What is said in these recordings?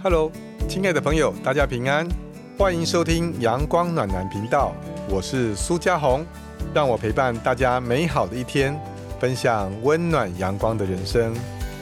Hello， 亲爱的朋友，大家平安，欢迎收听阳光暖男频道，我是苏家宏，让我陪伴大家美好的一天，分享温暖阳光的人生。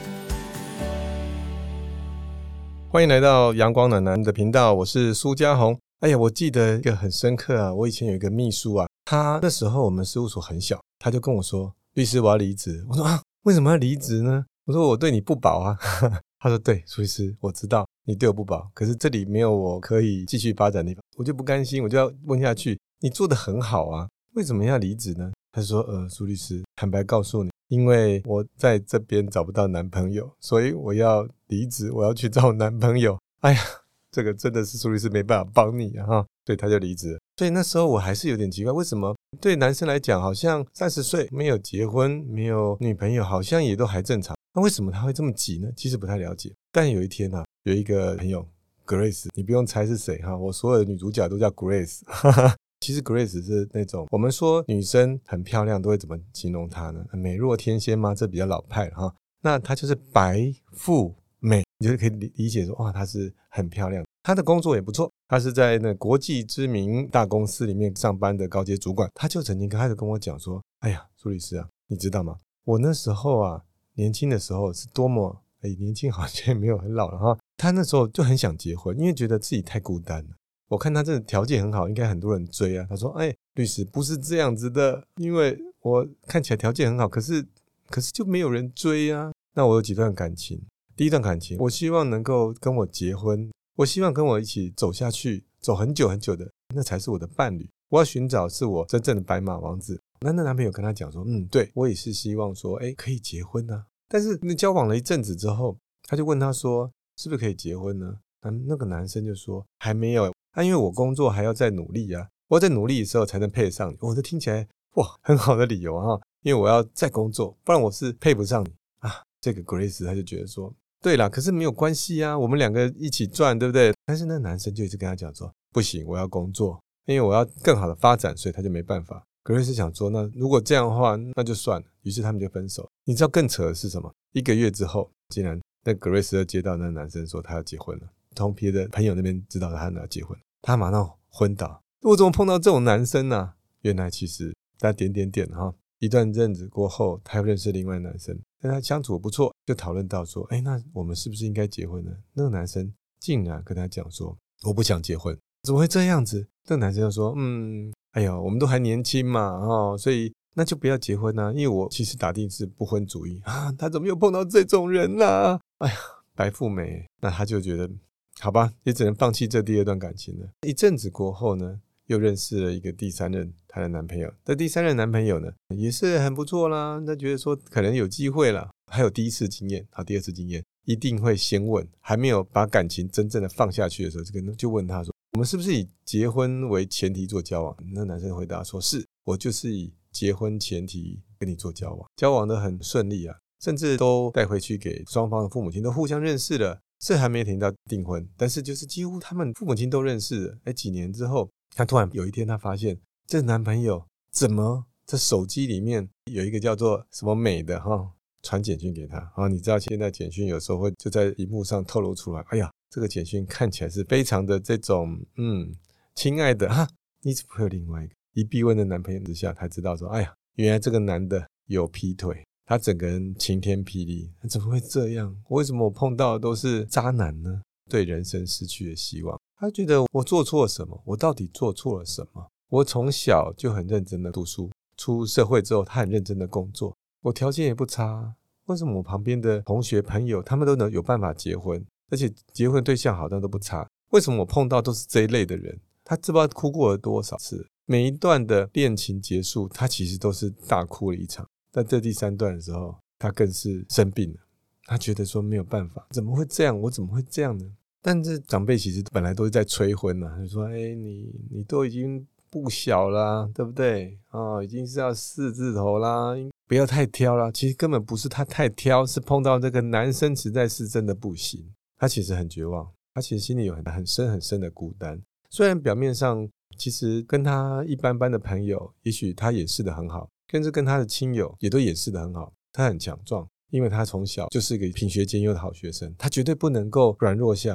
欢迎来到阳光暖男的频道，我是苏家宏。我记得一个很深刻啊，我以前有一个秘书啊，他那时候我们事务所很小，他就跟我说，律师我要离职。我说啊，为什么要离职呢？我说我对你不薄啊。他说对，苏律师我知道你对我不薄，可是这里没有我可以继续发展的地方，我就不甘心，我就要问下去，你做得很好啊，为什么要离职呢？他说苏律师，坦白告诉你，因为我在这边找不到男朋友，所以我要离职，我要去找男朋友。这个真的是苏律师没办法帮你啊，所以他就离职了。所以那时候我还是有点奇怪，为什么对男生来讲好像30岁没有结婚没有女朋友好像也都还正常，那为什么他会这么急呢？其实不太了解。但有一天啊，有一个朋友 Grace， 你不用猜是谁哈，我所有的女主角都叫 Grace 其实 Grace 是那种我们说女生很漂亮都会怎么形容她呢？美若天仙吗？这比较老派哈。那她就是白富美，你就可以理解说哇，她是很漂亮。她的工作也不错，她是在那国际知名大公司里面上班的高阶主管。她就曾经开始跟我讲说，苏律师啊，你知道吗？我那时候啊，年轻的时候是多么年轻好像也没有很老了哈。她那时候就很想结婚，因为觉得自己太孤单了。我看她真的条件很好，应该很多人追啊。她说律师不是这样子的，因为我看起来条件很好，可是就没有人追啊。那我有几段感情，第一段感情我希望能够跟我结婚，我希望跟我一起走下去，走很久很久的，那才是我的伴侣。我要寻找是我真正的白马王子。那男朋友跟他讲说对，我也是希望说可以结婚啊。但是交往了一阵子之后，他就问他说是不是可以结婚呢？那个男生就说还没有因为我工作还要再努力啊，我要在努力的时候才能配得上你。这听起来哇很好的理由啊，因为我要再工作，不然我是配不上你啊。这个 Grace 他就觉得说对啦，可是没有关系啊，我们两个一起赚，对不对？但是那男生就一直跟他讲说不行，我要工作，因为我要更好的发展，所以他就没办法。Grace 想说那如果这样的话那就算了，于是他们就分手。你知道更扯的是什么？1个月之后，竟然那 Grace 就接到那男生说他要结婚了，从别的朋友那边知道他要结婚，他马上昏倒。我怎么碰到这种男生啊？原来其实他点一段日子过后，他又认识另外的男生，跟他相处不错，就讨论到说那我们是不是应该结婚呢？那个男生竟然跟他讲说我不想结婚。怎么会这样子？那个男生就说我们都还年轻嘛所以那就不要结婚啊，因为我其实打定是不婚主义啊。他怎么又碰到这种人啊？白富美。那他就觉得好吧，也只能放弃这第二段感情了。一阵子过后呢，又认识了一个第3任她的男朋友。这第3任男朋友呢也是很不错啦，他觉得说可能有机会啦，还有第一次经验，第二次经验一定会先问，还没有把感情真正的放下去的时候，就问他说我们是不是以结婚为前提做交往？那男生回答说是，我就是以结婚前提跟你做交往，交往的很顺利啊，甚至都带回去给双方的父母亲都互相认识了，这还没停到订婚，但是就是几乎他们父母亲都认识了。几年之后，他突然有一天他发现这男朋友怎么这手机里面有一个叫做什么美的传简讯给他你知道现在简讯有时候会就在荧幕上透露出来，这个简讯看起来是非常的这种亲爱的你怎么会有另外一个？一逼问的男朋友之下，他知道说原来这个男的有劈腿，他整个人晴天霹雳，怎么会这样？为什么我碰到的都是渣男呢？对人生失去了希望，他觉得我做错了什么？我到底做错了什么？我从小就很认真的读书，出社会之后他很认真的工作，我条件也不差，为什么我旁边的同学朋友他们都能有办法结婚，而且结婚对象好像都不差，为什么我碰到都是这一类的人？他知不知道哭过了多少次？每一段的恋情结束，他其实都是大哭了一场。但这第3段的时候，他更是生病了，他觉得说没有办法，怎么会这样？我怎么会这样呢？但是长辈其实本来都是在催婚就说你都已经不小啦，对不对已经是要4字头啦，不要太挑啦。其实根本不是他太挑，是碰到这个男生实在是真的不行。他其实很绝望，他其实心里有很深很深的孤单。虽然表面上其实跟他一般般的朋友，也许他掩饰得很好，甚至跟他的亲友也都掩饰得很好，他很强壮，因为他从小就是一个品学兼优的好学生，他绝对不能够软弱下来。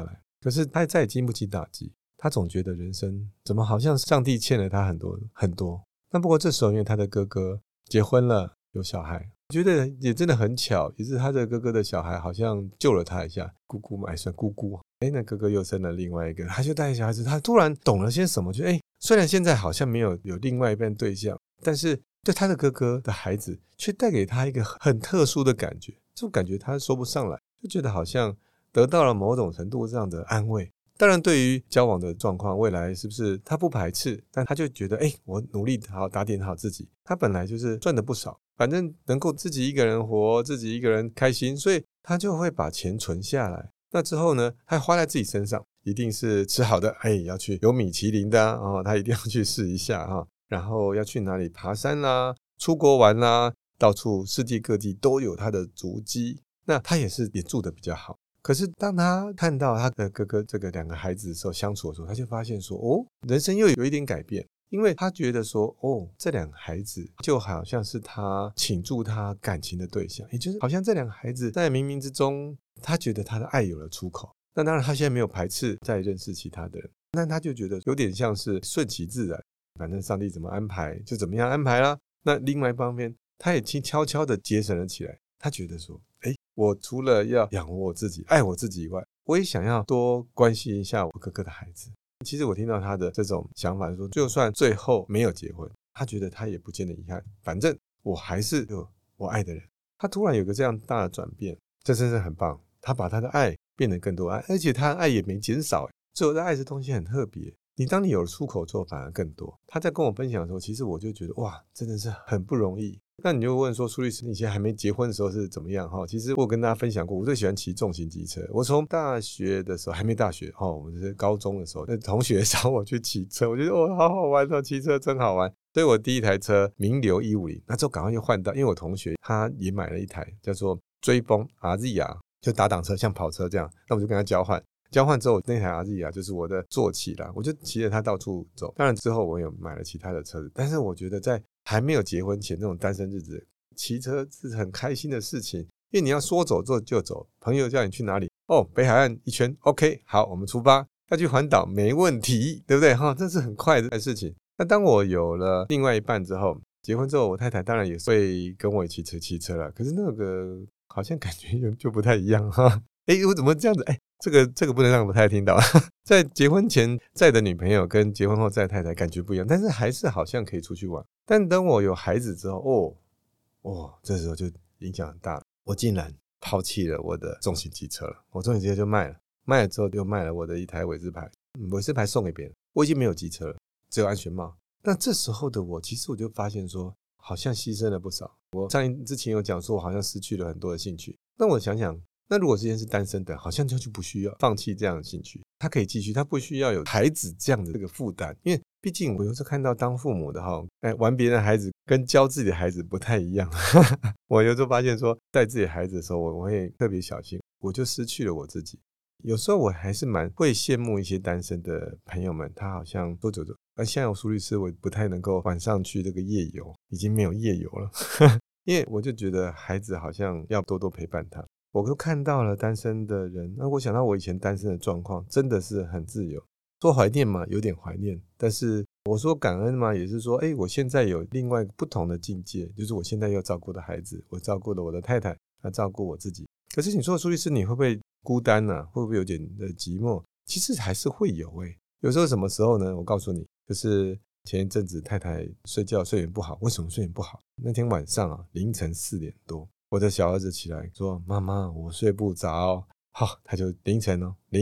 可是他再也经不起打击，他总觉得人生怎么好像上帝欠了他很多很多。那不过这时候因为他的哥哥结婚了，有小孩，我觉得也真的很巧，也是他的哥哥的小孩好像救了他一下，姑姑嘛，还算姑姑，那哥哥又生了另外一个，他就带小孩子，他突然懂了些什么，就虽然现在好像没有另外一半对象，但是对他的哥哥的孩子却带给他一个很特殊的感觉，这种感觉他说不上来，就觉得好像得到了某种程度上的安慰。当然对于交往的状况，未来是不是他不排斥，但他就觉得我努力好打点好自己，他本来就是赚的不少，反正能够自己一个人活，自己一个人开心，所以他就会把钱存下来。那之后呢，他花在自己身上，一定是吃好的，要去有米其林的他一定要去试一下然后要去哪里爬山啦，出国玩啦，到处世界各地都有他的足迹。那他也住得比较好。可是当他看到他的哥哥这个两个孩子的时候，相处的时候，他就发现说人生又有一点改变。因为他觉得说这两个孩子就好像是他倾注他感情的对象，也就是好像这两个孩子在冥冥之中，他觉得他的爱有了出口。那当然他现在没有排斥再认识其他的人，那他就觉得有点像是顺其自然，反正上帝怎么安排就怎么样安排啦。那另外一方面，他也悄悄的节省了起来，他觉得说我除了要养活我自己爱我自己以外，我也想要多关心一下我哥哥的孩子。其实我听到他的这种想法说，就算最后没有结婚，他觉得他也不见得遗憾，反正我还是有我爱的人。他突然有个这样大的转变，这真是很棒。他把他的爱变得更多爱，而且他的爱也没减少。所以我的爱这东西很特别，当你有了出口之后反而更多。他在跟我分享的时候，其实我就觉得哇，真的是很不容易。那你就问说，苏律师，你以前还没结婚的时候是怎么样？其实我跟大家分享过，我最喜欢骑重型机车。我从大学的时候，还没大学我们是高中的时候，那同学找我去骑车，我觉得好好玩骑车真好玩。所以我第一台车名流150，那之后赶快又换到，因为我同学他也买了一台叫做追风 RZ 就打挡车，像跑车这样，那我就跟他交换之后，那台 RZ 就是我的坐骑啦，我就骑着它到处走。当然之后我有买了其他的车子，但是我觉得在还没有结婚前那种单身日子，骑车是很开心的事情，因为你要说走就走，朋友叫你去哪里北海岸一圈 OK 好，我们出发，要去环岛没问题，对不对这是很快的事情。那当我有了另外一半之后，结婚之后，我太太当然也会跟我一起骑车了，可是那个好像感觉就不太一样我怎么这样子这个不能让我太太听到在结婚前载的女朋友跟结婚后载的太太感觉不一样，但是还是好像可以出去玩。但等我有孩子之后这时候就影响很大，我竟然抛弃了我的重型机车了。我重型机车就卖了之后又卖了我的一台韦斯牌送给别人，我已经没有机车了，只有安全帽。那这时候的我，其实我就发现说好像牺牲了不少。我之前有讲说我好像失去了很多的兴趣，那我想想，那如果之前是单身的，好像就不需要放弃这样的兴趣，他可以继续，他不需要有孩子这样的这个负担。因为毕竟我有时候看到当父母的玩别人的孩子跟教自己的孩子不太一样我有时候发现说带自己的孩子的时候，我会特别小心，我就失去了我自己。有时候我还是蛮会羡慕一些单身的朋友们，他好像多久现在我苏律师，我不太能够晚上去这个夜游，已经没有夜游了因为我就觉得孩子好像要多多陪伴他。我都看到了单身的人，那我想到我以前单身的状况，真的是很自由。说怀念嘛，有点怀念，但是我说感恩嘛，也是说我现在有另外不同的境界，就是我现在要照顾的孩子，我照顾了我的太太，要照顾我自己。可是你说苏律师，你会不会孤单啊？会不会有点寂寞？其实还是会有有时候什么时候呢？我告诉你，就是前一阵子太太睡眠不好。为什么睡眠不好？那天晚上凌晨4点多，我的小儿子起来说，妈妈我睡不着。好，他就凌晨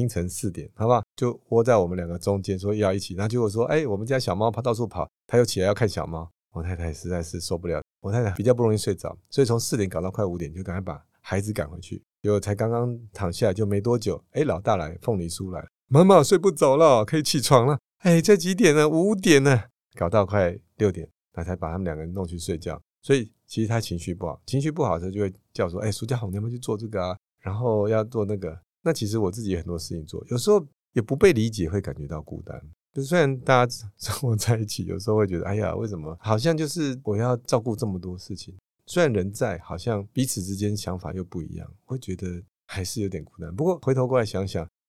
4点，好不好？就窝在我们两个中间，说要一起。然后结果说我们家小猫到处跑，他又起来要看小猫。我太太实在是受不了，我太太比较不容易睡着，所以从4点搞到快5点，就赶快把孩子赶回去。结果才刚刚躺下来就没多久，老大来，凤梨叔来，妈妈睡不着了，可以起床了。这几点了？5点了，搞到快6点，他才把他们两个人弄去睡觉。所以其实他情绪不好的时候就会叫说苏家豪，你要不要去做这个啊，然后要做那个。那其实我自己有很多事情做，有时候也不被理解，会感觉到孤单。就虽然大家生活在一起，有时候会觉得为什么好像就是我要照顾这么多事情，虽然人在，好像彼此之间想法又不一样，会觉得还是有点孤单。不过回头过来想想，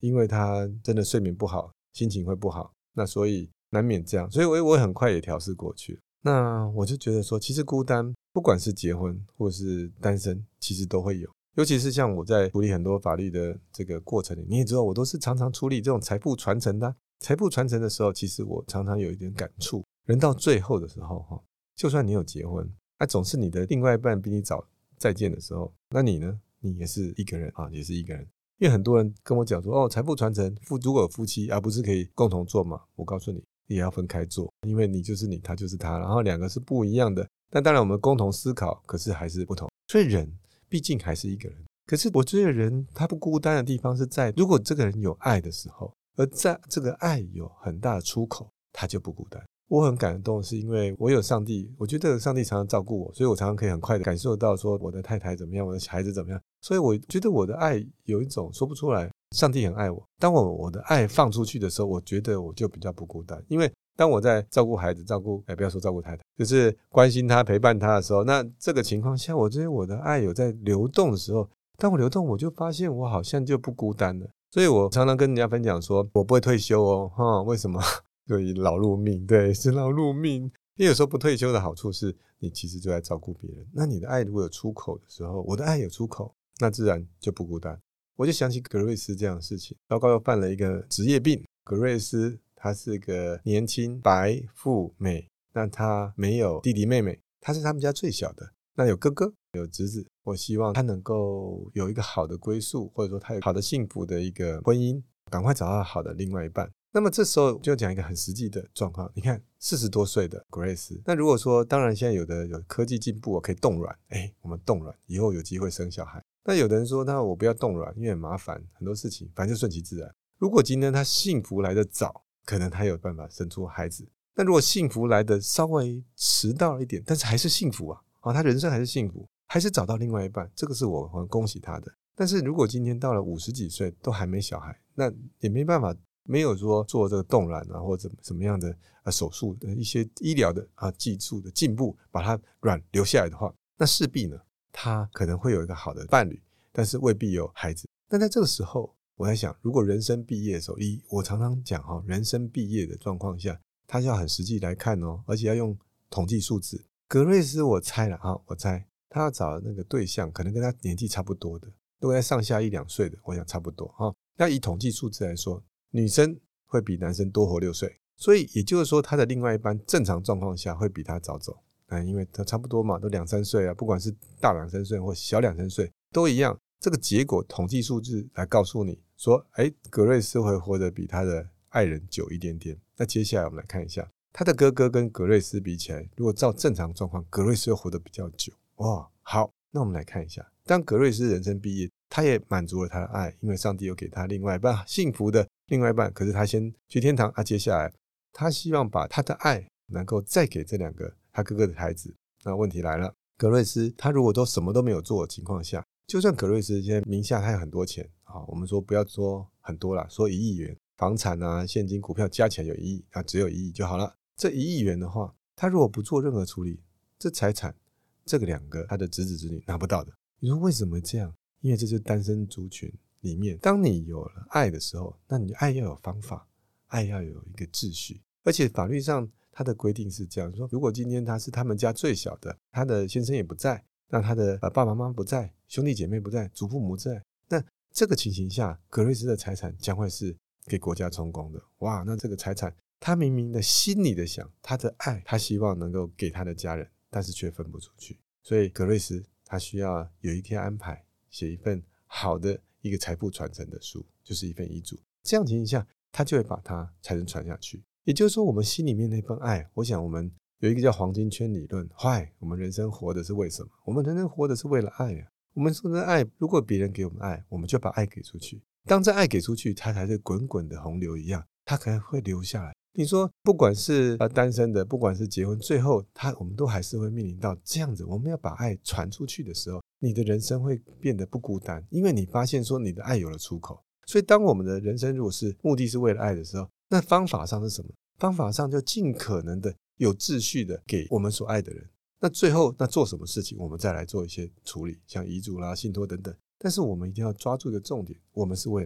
因为他真的睡眠不好，心情会不好，那所以难免这样，所以我很快也调试过去。那我就觉得说，其实孤单不管是结婚或是单身，其实都会有。尤其是像我在处理很多法律的这个过程里，你也知道我都是常常处理这种财富传承的财富传承的时候，其实我常常有一点感触，人到最后的时候，就算你有结婚，总是你的另外一半比你早再见的时候，那你呢，你也是一个人也是一个人。因为很多人跟我讲说，财富传承如果有夫妻不是可以共同做吗？我告诉你，也要分开做，因为你就是你，他就是他，然后两个是不一样的。但当然我们共同思考，可是还是不同。所以人毕竟还是一个人。可是我觉得人他不孤单的地方是在，如果这个人有爱的时候，而在这个爱有很大的出口，他就不孤单。我很感动，是因为我有上帝，我觉得上帝常常照顾我，所以我常常可以很快的感受到说我的太太怎么样，我的孩子怎么样。所以我觉得我的爱有一种说不出来，上帝很爱我。当我的爱放出去的时候，我觉得我就比较不孤单。因为当我在照顾孩子，不要说照顾太太，就是关心他陪伴他的时候，那这个情况下，我觉得我的爱有在流动的时候，当我流动，我就发现我好像就不孤单了。所以我常常跟人家分享说，我不会退休为什么？所以劳碌命，对，是劳碌命。因为有时候不退休的好处是，你其实就在照顾别人。那你的爱如果有出口的时候，我的爱有出口，那自然就不孤单。我就想起格瑞斯这样的事情，糟糕又犯了一个职业病。格瑞斯他是个年轻白富美，那他没有弟弟妹妹，他是他们家最小的，那有哥哥有侄子。我希望他能够有一个好的归宿，或者说他有好的幸福的一个婚姻，赶快找到好的另外一半。那么这时候就讲一个很实际的状况，你看40多岁的 Grace， 那如果说当然现在有科技进步可以冻卵，我们冻卵以后有机会生小孩。那有的人说，那我不要冻卵，因为很麻烦，很多事情反正就顺其自然。如果今天他幸福来得早，可能他有办法生出孩子。那如果幸福来得稍微迟到了一点，但是还是幸福他人生还是幸福，还是找到另外一半，这个是我很恭喜他的。但是如果今天到了50几岁都还没小孩，那也没办法，没有说做这个冻卵或者什么样的手术的一些医疗的技术的进步，把它卵留下来的话，那势必呢，他可能会有一个好的伴侣，但是未必有孩子。那在这个时候，我在想，如果人生毕业的时候，我常常讲人生毕业的状况下，他就要很实际来看而且要用统计数字。格瑞斯我猜他要找的那个对象可能跟他年纪差不多的，都在上下1、2岁的，我想差不多那以统计数字来说，女生会比男生多活6岁，所以也就是说他的另外一半正常状况下会比他早走，因为他差不多嘛，都2、3岁不管是大2、3岁或小2、3岁都一样。这个结果统计数字来告诉你说，格瑞斯会活得比他的爱人久一点点。那接下来我们来看一下他的哥哥跟格瑞斯比起来，如果照正常状况，格瑞斯又活得比较久。好，那我们来看一下，当格瑞斯人生毕业，他也满足了他的爱，因为上帝有给他另外一半幸福的另外一半，可是他先去天堂接下来他希望把他的爱能够再给这2个他哥哥的孩子。那问题来了，格瑞斯他如果都什么都没有做的情况下，就算格瑞斯现在名下他有很多钱我们说不要说很多啦，说1亿元，房产现金股票加起来有1亿只有1亿就好了。这1亿元的话，他如果不做任何处理，这财产这个2个他的侄子侄女拿不到的。你说为什么这样？因为这就是单身族群里面，当你有了爱的时候，那你爱要有方法，爱要有一个秩序。而且法律上他的规定是这样说，如果今天他是他们家最小的，他的先生也不在，那他的爸爸妈妈不在，兄弟姐妹不在，祖父母不在，那这个情形下，格瑞斯的财产将会是给国家充公的。那这个财产他明明的心里的想，他的爱他希望能够给他的家人，但是却分不出去。所以格瑞斯他需要有一天安排写一份好的一个财富传承的书，就是一份遗嘱。这样情形下，他就会把它才能传下去。也就是说，我们心里面那份爱，我想我们有一个叫黄金圈理论，我们人生活的是为什么？我们人生活的是为了爱我们说的爱，如果别人给我们爱，我们就把爱给出去。当这爱给出去，它才是滚滚的洪流一样，它可能会流下来。你说不管是单身的，不管是结婚，最后我们都还是会面临到这样子，我们要把爱传出去的时候，你的人生会变得不孤单，因为你发现说你的爱有了出口。所以当我们的人生如果是目的是为了爱的时候，那方法上是什么？方法上就尽可能的有秩序的给我们所爱的人。那最后那做什么事情，我们再来做一些处理，像遗嘱啦、信托等等。但是我们一定要抓住一个重点，我们是为了爱。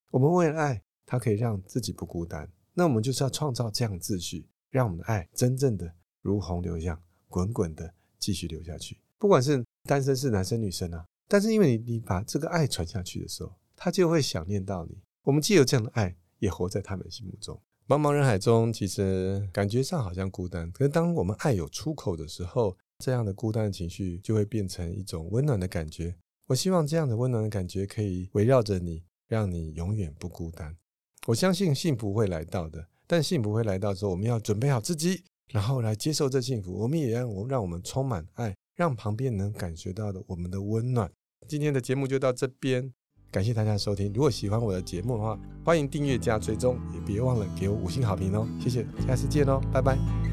我们为了爱，它可以让自己不孤单，那我们就是要创造这样的秩序，让我们的爱真正的如洪流一样滚滚的继续流下去。不管是单身是男生女生啊，但是因为你把这个爱传下去的时候，他就会想念到你，我们既有这样的爱也活在他们心目中。茫茫人海中，其实感觉上好像孤单，可是当我们爱有出口的时候，这样的孤单的情绪就会变成一种温暖的感觉。我希望这样的温暖的感觉可以围绕着你，让你永远不孤单。我相信幸福会来到的，但幸福会来到之后，我们要准备好自己，然后来接受这幸福。我们也让我们充满爱，让旁边能感觉到的我们的温暖。今天的节目就到这边，感谢大家的收听。如果喜欢我的节目的话，欢迎订阅加追踪，也别忘了给我5星好评哦。谢谢，下次见哦，拜拜。